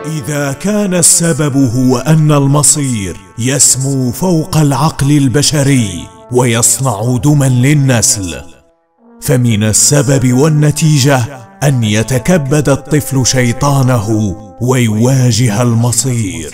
إذا كان السبب هو أن المصير يسمو فوق العقل البشري ويصنع دما للنسل، فمن السبب والنتيجة أن يتكبد الطفل شيطانه ويواجه المصير.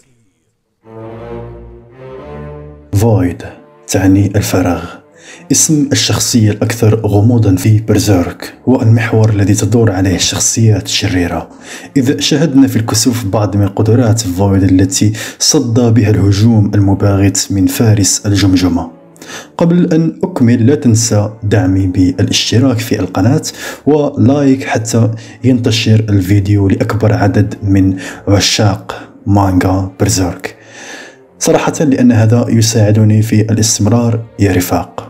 فويد تعني الفراغ، اسم الشخصية الأكثر غموضا في برزيرك، والمحور الذي تدور عليه الشخصيات الشريرة. إذا شاهدنا في الكسوف بعض من قدرات فويد التي صد بها الهجوم المباغت من فارس الجمجمة. قبل أن أكمل لا تنسى دعمي بالاشتراك في القناة ولايك حتى ينتشر الفيديو لأكبر عدد من عشاق مانغا برزيرك، صراحة لأن هذا يساعدني في الاستمرار يا رفاق.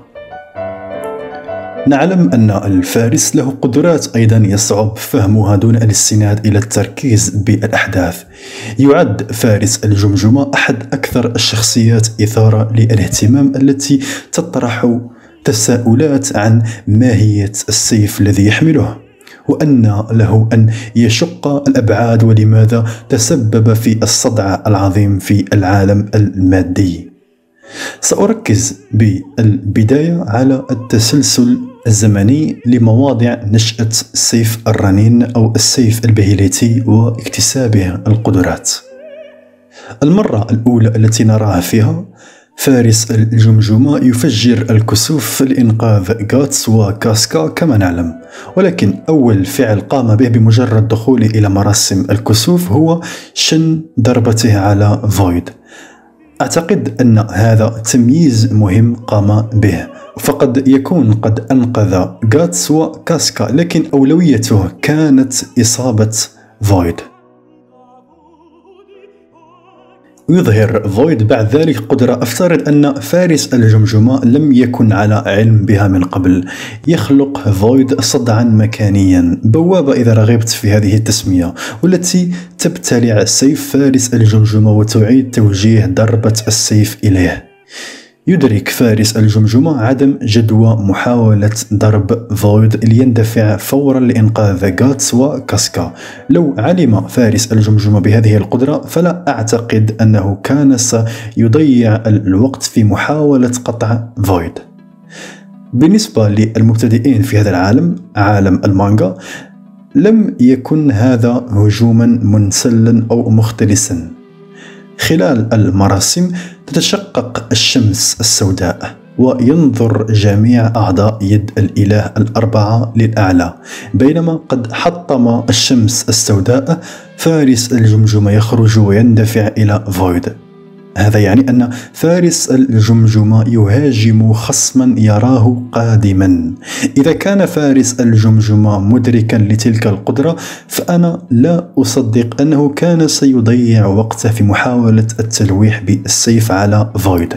نعلم أن الفارس له قدرات أيضا يصعب فهمها دون الاستناد إلى التركيز بالأحداث. يعد فارس الجمجمة أحد أكثر الشخصيات إثارة للاهتمام التي تطرح تساؤلات عن ماهية السيف الذي يحمله، وأن له أن يشق الأبعاد، ولماذا تسبب في الصدع العظيم في العالم المادي. سأركز بالبداية على التسلسل الزمني لمواضع نشأة السيف الرنين أو السيف البهيليتي واكتسابه القدرات. المرة الأولى التي نراها فيها فارس الجمجمة يفجر الكسوف لإنقاذ غاتس وكاسكا كما نعلم، ولكن أول فعل قام به بمجرد دخوله إلى مراسم الكسوف هو شن ضربته على فويد. أعتقد أن هذا تمييز مهم قام به، فقد يكون قد أنقذ غاتس وكاسكا، لكن أولويته كانت إصابة فويد. يظهر فويد بعد ذلك قدرة أفترض أن فارس الجمجمة لم يكن على علم بها من قبل. يخلق فويد صدعا مكانيا، بوابة إذا رغبت في هذه التسمية، والتي تبتلع سيف فارس الجمجمة وتعيد توجيه ضربة السيف إليه. يدرك فارس الجمجمة عدم جدوى محاولة ضرب فويد ليندفع فورا لإنقاذ غاتس وكاسكا. لو علم فارس الجمجمة بهذه القدرة فلا أعتقد أنه كان سيضيع الوقت في محاولة قطع فويد. بالنسبة للمبتدئين في هذا العالم، عالم المانجا، لم يكن هذا هجوما منسلا أو مختلسا. خلال المراسم تتشقق الشمس السوداء وينظر جميع أعضاء يد الإله الأربعة للأعلى، بينما قد حطم الشمس السوداء فارس الجمجمة يخرج ويندفع إلى فويد. هذا يعني أن فارس الجمجمة يهاجم خصما يراه قادما. إذا كان فارس الجمجمة مدركا لتلك القدرة، فأنا لا أصدق أنه كان سيضيع وقته في محاولة التلويح بالسيف على فويد.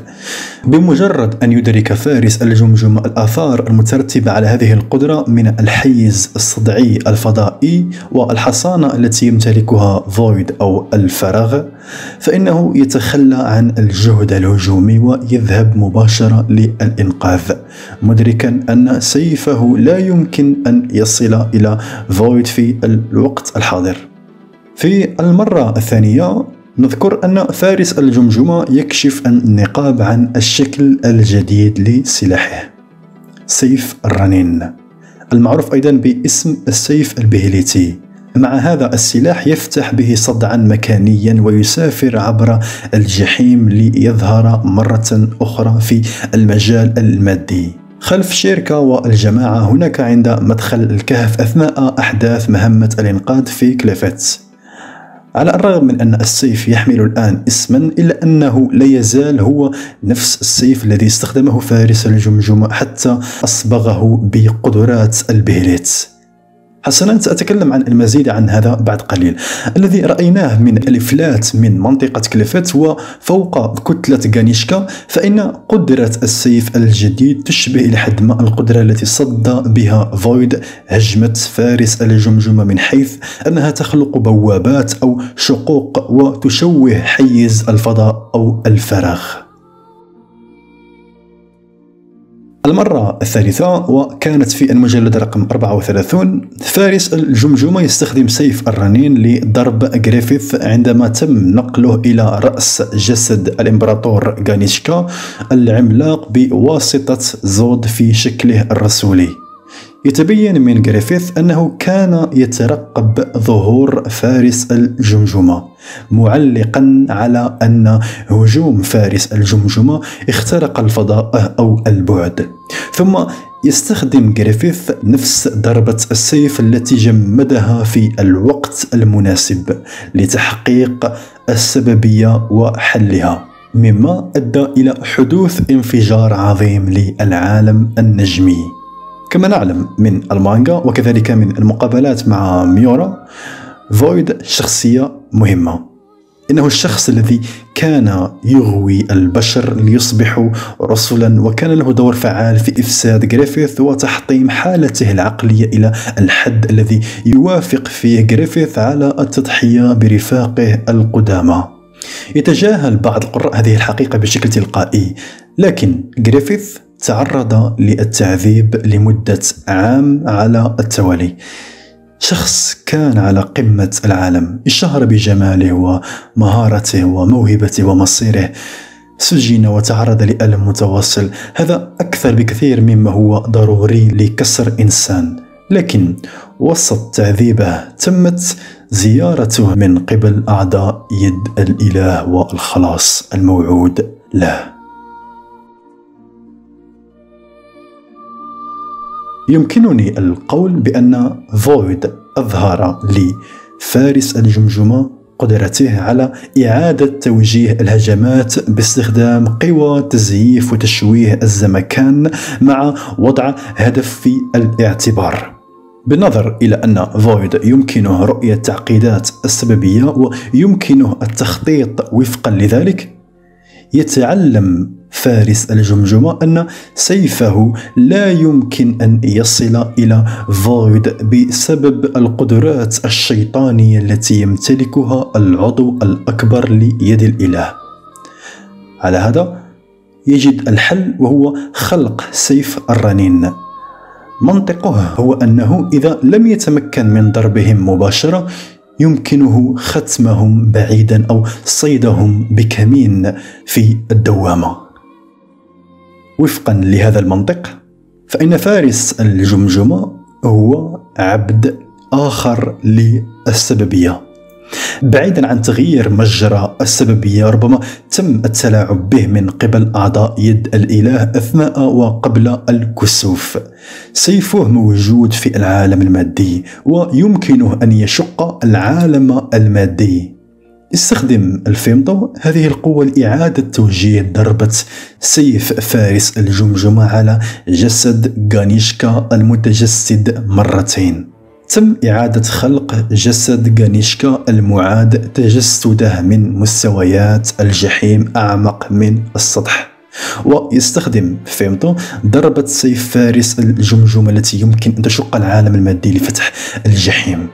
بمجرد أن يدرك فارس الجمجمة الآثار المترتبة على هذه القدرة من الحيز الصدعي الفضائي والحصانة التي يمتلكها فويد أو الفراغ، فإنه يتخلى عن الجهد الهجومي ويذهب مباشرة للإنقاذ، مدركا أن سيفه لا يمكن أن يصل إلى فويد في الوقت الحاضر. في المرة الثانية نذكر أن فارس الجمجمة يكشف النقاب عن الشكل الجديد لسلاحه، سيف الرنين، المعروف أيضا باسم السيف البهيليتي. مع هذا السلاح يفتح به صدعا مكانيا ويسافر عبر الجحيم ليظهر مرة أخرى في المجال المادي خلف شيركا والجماعة هناك عند مدخل الكهف أثناء أحداث مهمة الإنقاذ في كليفتس. على الرغم من أن السيف يحمل الآن اسما، إلا أنه لا يزال هو نفس السيف الذي استخدمه فارس الجمجمة حتى أصبغه بقدرات البهيليت. حسنا، سأتكلم عن المزيد عن هذا بعد قليل. الذي رأيناه من الإفلات من منطقة كليفت وفوق كتلة غانيشكا، فإن قدرة السيف الجديد تشبه إلى حد ما القدرة التي صد بها فويد هجمة فارس الجمجمة، من حيث أنها تخلق بوابات أو شقوق وتشوه حيز الفضاء أو الفراغ. المرة الثالثة وكانت في المجلد رقم 34. فارس الجمجمة يستخدم سيف الرنين لضرب غريفيث عندما تم نقله إلى رأس جسد الإمبراطور غانيشكا العملاق بواسطة زود في شكله الرسولي. يتبين من غريفيث أنه كان يترقب ظهور فارس الجمجمة، معلقا على أن هجوم فارس الجمجمة اخترق الفضاء أو البعد. ثم يستخدم غريفيث نفس ضربة السيف التي جمدها في الوقت المناسب لتحقيق السببية وحلها، مما أدى إلى حدوث انفجار عظيم للعالم النجمي. كما نعلم من المانجا وكذلك من المقابلات مع ميورا، فويد شخصية مهمة. إنه الشخص الذي كان يغوي البشر ليصبحوا رسلا، وكان له دور فعال في إفساد غريفيث وتحطيم حالته العقلية إلى الحد الذي يوافق فيه غريفيث على التضحية برفاقه القدامى. يتجاهل بعض القراء هذه الحقيقة بشكل تلقائي، لكن غريفيث تعرض للتعذيب لمدة عام على التوالي. شخص كان على قمة العالم، اشتهر بجماله ومهارته وموهبته ومصيره، سجن وتعرض لألم متواصل. هذا أكثر بكثير مما هو ضروري لكسر إنسان، لكن وسط تعذيبه تمت زيارته من قبل أعضاء يد الإله والخلاص الموعود له. يمكنني القول بأن فويد أظهر لفارس الجمجمة قدرته على إعادة توجيه الهجمات باستخدام قوى تزييف وتشويه الزمكان مع وضع هدف في الاعتبار. بالنظر إلى أن فويد يمكنه رؤية تعقيدات السببية ويمكنه التخطيط وفقا لذلك، يتعلم فارس الجمجمة أن سيفه لا يمكن أن يصل إلى فويد بسبب القدرات الشيطانية التي يمتلكها العضو الأكبر ليد الإله. على هذا يجد الحل، وهو خلق سيف الرنين. منطقه هو أنه إذا لم يتمكن من ضربهم مباشرة يمكنه ختمهم بعيدا أو صيدهم بكمين في الدوامة. وفقا لهذا المنطق فإن فارس الجمجمة هو عبد آخر للسببية. بعيدا عن تغيير مجرى السببية، ربما تم التلاعب به من قبل أعضاء يد الإله أثناء وقبل الكسوف. سيفه موجود في العالم المادي ويمكنه أن يشق العالم المادي. استخدم الفيمتو هذه القوة لإعادة توجيه ضربة سيف فارس الجمجمة على جسد غانيشكا المتجسد مرتين. تم إعادة خلق جسد غانيشكا المعاد تجسده من مستويات الجحيم أعمق من السطح، ويستخدم فيمتو ضربة سيف فارس الجمجمة التي يمكن أن تشق العالم المادي لفتح الجحيم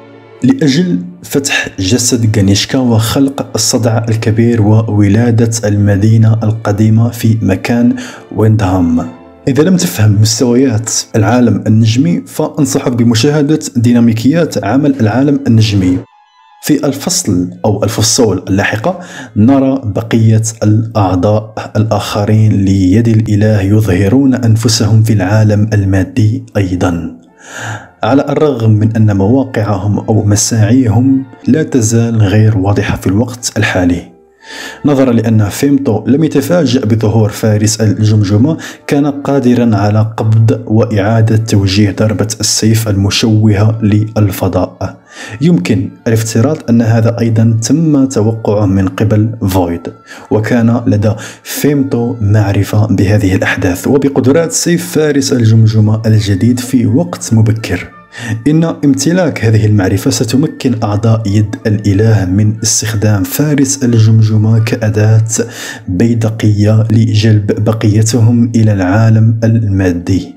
لأجل فتح جسد غانيشكا وخلق الصدع الكبير وولادة المدينة القديمة في مكان ويندهام. إذا لم تفهم مستويات العالم النجمي فأنصحك بمشاهدة ديناميكيات عمل العالم النجمي. في الفصل أو الفصول اللاحقة نرى بقية الأعضاء الآخرين ليد الإله يظهرون أنفسهم في العالم المادي أيضا، على الرغم من أن مواقعهم أو مساعيهم لا تزال غير واضحة في الوقت الحالي. نظرا لأن فيمتو لم يتفاجأ بظهور فارس الجمجمة، كان قادرا على قبض وإعادة توجيه ضربة السيف المشوهة للفضاء. يمكن الافتراض أن هذا أيضا تم توقعه من قبل فويد، وكان لدى فيمتو معرفة بهذه الأحداث وبقدرات سيف فارس الجمجمة الجديد في وقت مبكر. إن امتلاك هذه المعرفة ستمكن أعضاء يد الإله من استخدام فارس الجمجمة كأداة بيدقية لجلب بقيتهم إلى العالم المادي.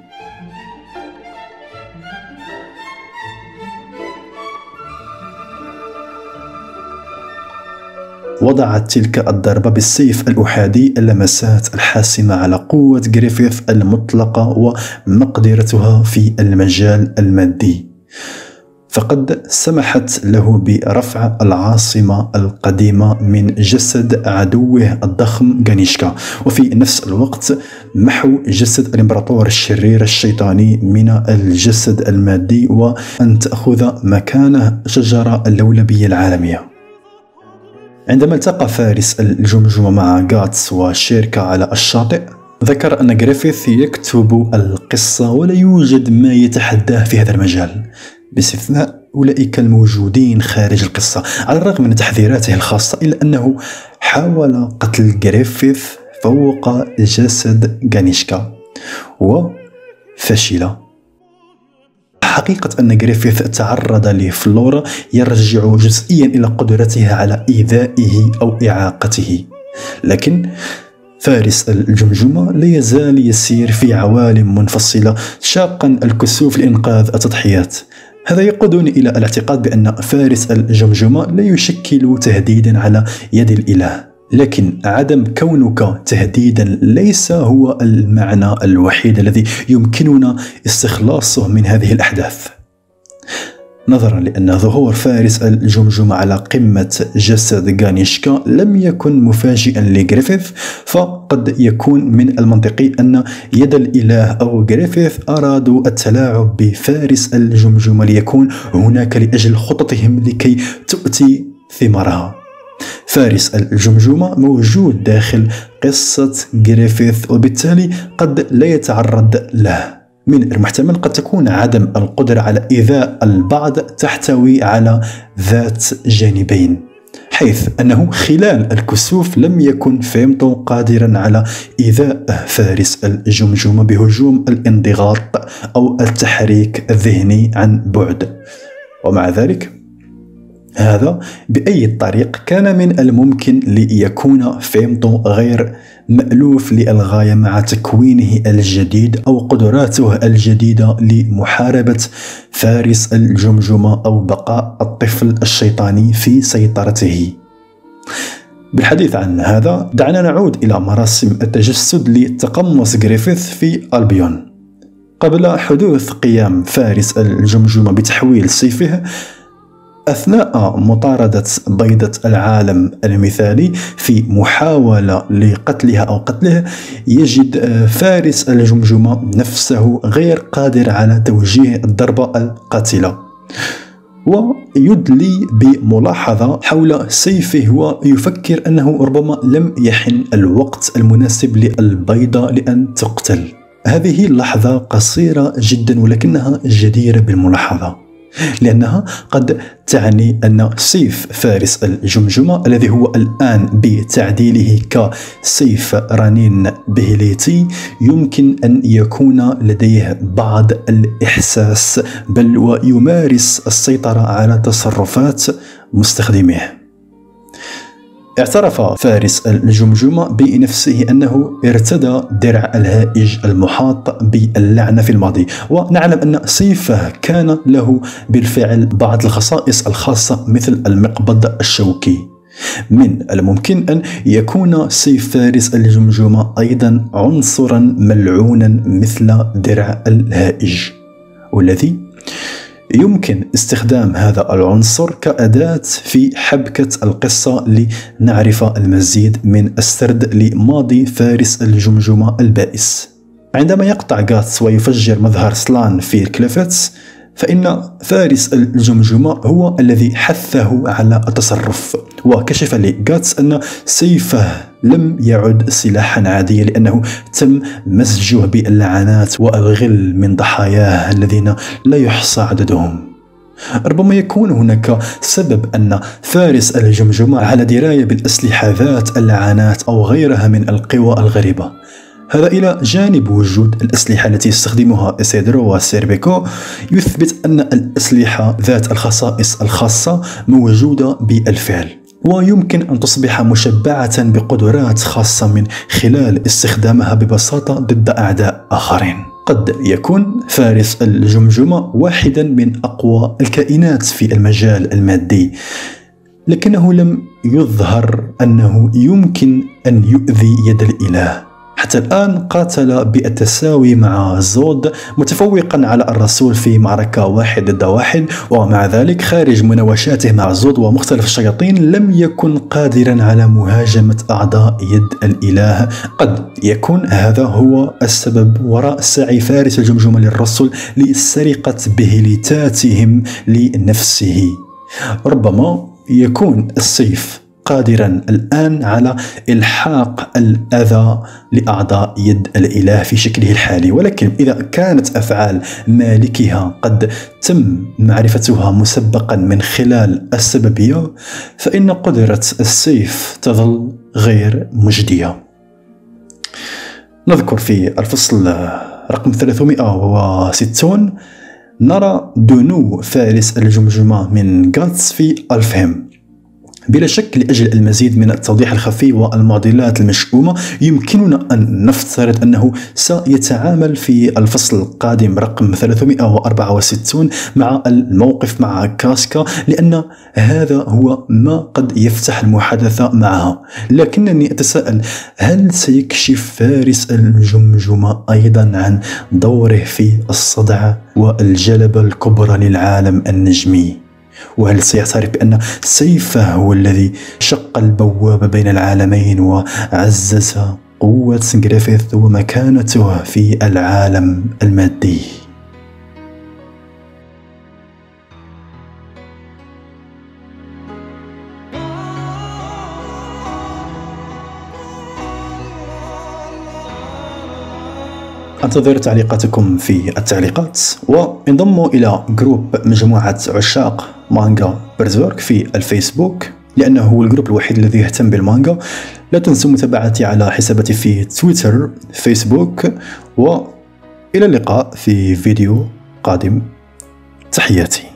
وضعت تلك الضربة بالسيف الأحادي اللمسات الحاسمة على قوة جريفيث المطلقة ومقدرتها في المجال المادي، فقد سمحت له برفع العاصمة القديمة من جسد عدوه الضخم غانيشكا، وفي نفس الوقت محو جسد الإمبراطور الشرير الشيطاني من الجسد المادي، وأن تأخذ مكانه شجرة اللولبية العالمية. عندما التقى فارس الجمجمة مع غاتس وشيركا على الشاطئ، ذكر أن جريفيث يكتب القصة ولا يوجد ما يتحداه في هذا المجال باستثناء أولئك الموجودين خارج القصة. على الرغم من تحذيراته الخاصة إلا أنه حاول قتل جريفيث فوق جسد غانيشكا وفشل. حقيقة أن جريفيث تعرض لفلورا يرجع جزئيا إلى قدرتها على إيذائه أو إعاقته، لكن فارس الجمجمة لا يزال يسير في عوالم منفصلة شاقا الكسوف لإنقاذ التضحيات. هذا يقودني إلى الاعتقاد بأن فارس الجمجمة لا يشكل تهديدا على يد الإله، لكن عدم كونك تهديدا ليس هو المعنى الوحيد الذي يمكننا استخلاصه من هذه الأحداث. نظرا لأن ظهور فارس الجمجمة على قمة جسد غانيشكا لم يكن مفاجئا لجريفيث، فقد يكون من المنطقي أن يد الإله أو جريفيث أرادوا التلاعب بفارس الجمجمة ليكون هناك لأجل خططهم لكي تؤتي ثمارها. فارس الجمجمة موجود داخل قصة جريفيث، وبالتالي قد لا يتعرض له. من المحتمل قد تكون عدم القدرة على إيذاء البعض تحتوي على ذات جانبين، حيث أنه خلال الكسوف لم يكن فيمتو قادرا على إيذاء فارس الجمجمة بهجوم الانضغاط أو التحريك الذهني عن بعد، ومع ذلك هذا بأي طريق كان من الممكن ليكون فيمتو غير مألوف للغاية مع تكوينه الجديد أو قدراته الجديدة لمحاربة فارس الجمجمة أو بقاء الطفل الشيطاني في سيطرته. بالحديث عن هذا دعنا نعود إلى مراسم التجسد لتقمص جريفيث في ألبيون. قبل حدوث قيام فارس الجمجمة بتحويل سيفه أثناء مطاردة بيضة العالم المثالي في محاولة لقتلها أو قتله، يجد فارس الجمجمة نفسه غير قادر على توجيه الضربة القاتلة، ويدلي بملاحظة حول سيفه ويفكر أنه ربما لم يحن الوقت المناسب للبيضة لأن تقتل. هذه اللحظة قصيرة جدا ولكنها جديرة بالملاحظة، لأنها قد تعني أن سيف فارس الجمجمة الذي هو الآن بتعديله كسيف رنين بهليتي يمكن أن يكون لديه بعض الإحساس، بل ويمارس السيطرة على تصرفات مستخدميه. اعترف فارس الجمجمة بنفسه أنه ارتدى درع الهائج المحاط باللعنة في الماضي، ونعلم أن سيفه كان له بالفعل بعض الخصائص الخاصة مثل المقبض الشوكي. من الممكن أن يكون سيف فارس الجمجمة أيضا عنصرا ملعونا مثل درع الهائج، والذي يمكن استخدام هذا العنصر كأداة في حبكة القصة لنعرف المزيد من السرد لماضي فارس الجمجمة البائس. عندما يقطع غاتس ويفجر مظهر سلان في كليفتس، فإن فارس الجمجمة هو الذي حثه على التصرف، وكشف لغاتس أن سيفه لم يعد سلاحا عاديا لأنه تم مزجه باللعنات والغل من ضحاياه الذين لا يحصى عددهم. ربما يكون هناك سبب أن فارس الجمجمة على دراية بالأسلحة ذات اللعنات أو غيرها من القوى الغريبة. هذا إلى جانب وجود الأسلحة التي يستخدمها إسيدرو وسيربيكو يثبت أن الأسلحة ذات الخصائص الخاصة موجودة بالفعل، ويمكن أن تصبح مشبعة بقدرات خاصة من خلال استخدامها ببساطة ضد أعداء آخرين. قد يكون فارس الجمجمة واحدا من أقوى الكائنات في المجال المادي، لكنه لم يظهر أنه يمكن أن يؤذي يد الإله. حتى الآن قاتل بالتساوي مع زود، متفوقا على الرسول في معركة 1 ضد 1، ومع ذلك خارج مناوشاته مع زود ومختلف الشياطين لم يكن قادرا على مهاجمة أعضاء يد الإله. قد يكون هذا هو السبب وراء سعي فارس الجمجمة للرسل لسرقة بهلتاتهم لنفسه. ربما يكون السيف قادرا الآن على إلحاق الأذى لأعضاء يد الإله في شكله الحالي، ولكن إذا كانت أفعال مالكها قد تم معرفتها مسبقا من خلال السببية، فإن قدرة السيف تظل غير مجدية. نذكر في الفصل رقم 360 نرى دنو فارس الجمجمة من غاتس في ألفهم. بلا شك لأجل المزيد من التوضيح الخفي والمعضلات المشؤومة يمكننا أن نفترض أنه سيتعامل في الفصل القادم رقم 364 مع الموقف مع كاسكا، لأن هذا هو ما قد يفتح المحادثة معها. لكنني أتساءل، هل سيكشف فارس الجمجمة أيضا عن دوره في الصدع والجلبة الكبرى للعالم النجمي؟ وهل سيعترف بأن سيفه هو الذي شق البوابة بين العالمين وعزز قوة غريفيث ومكانته في العالم المادي؟ انتظر تعليقاتكم في التعليقات، وانضموا إلى جروب مجموعة عشاق مانجا برزيرك في الفيسبوك، لأنه هو الجروب الوحيد الذي يهتم بالمانجا. لا تنسوا متابعتي على حساباتي في تويتر، فيسبوك، وإلى اللقاء في فيديو قادم. تحياتي.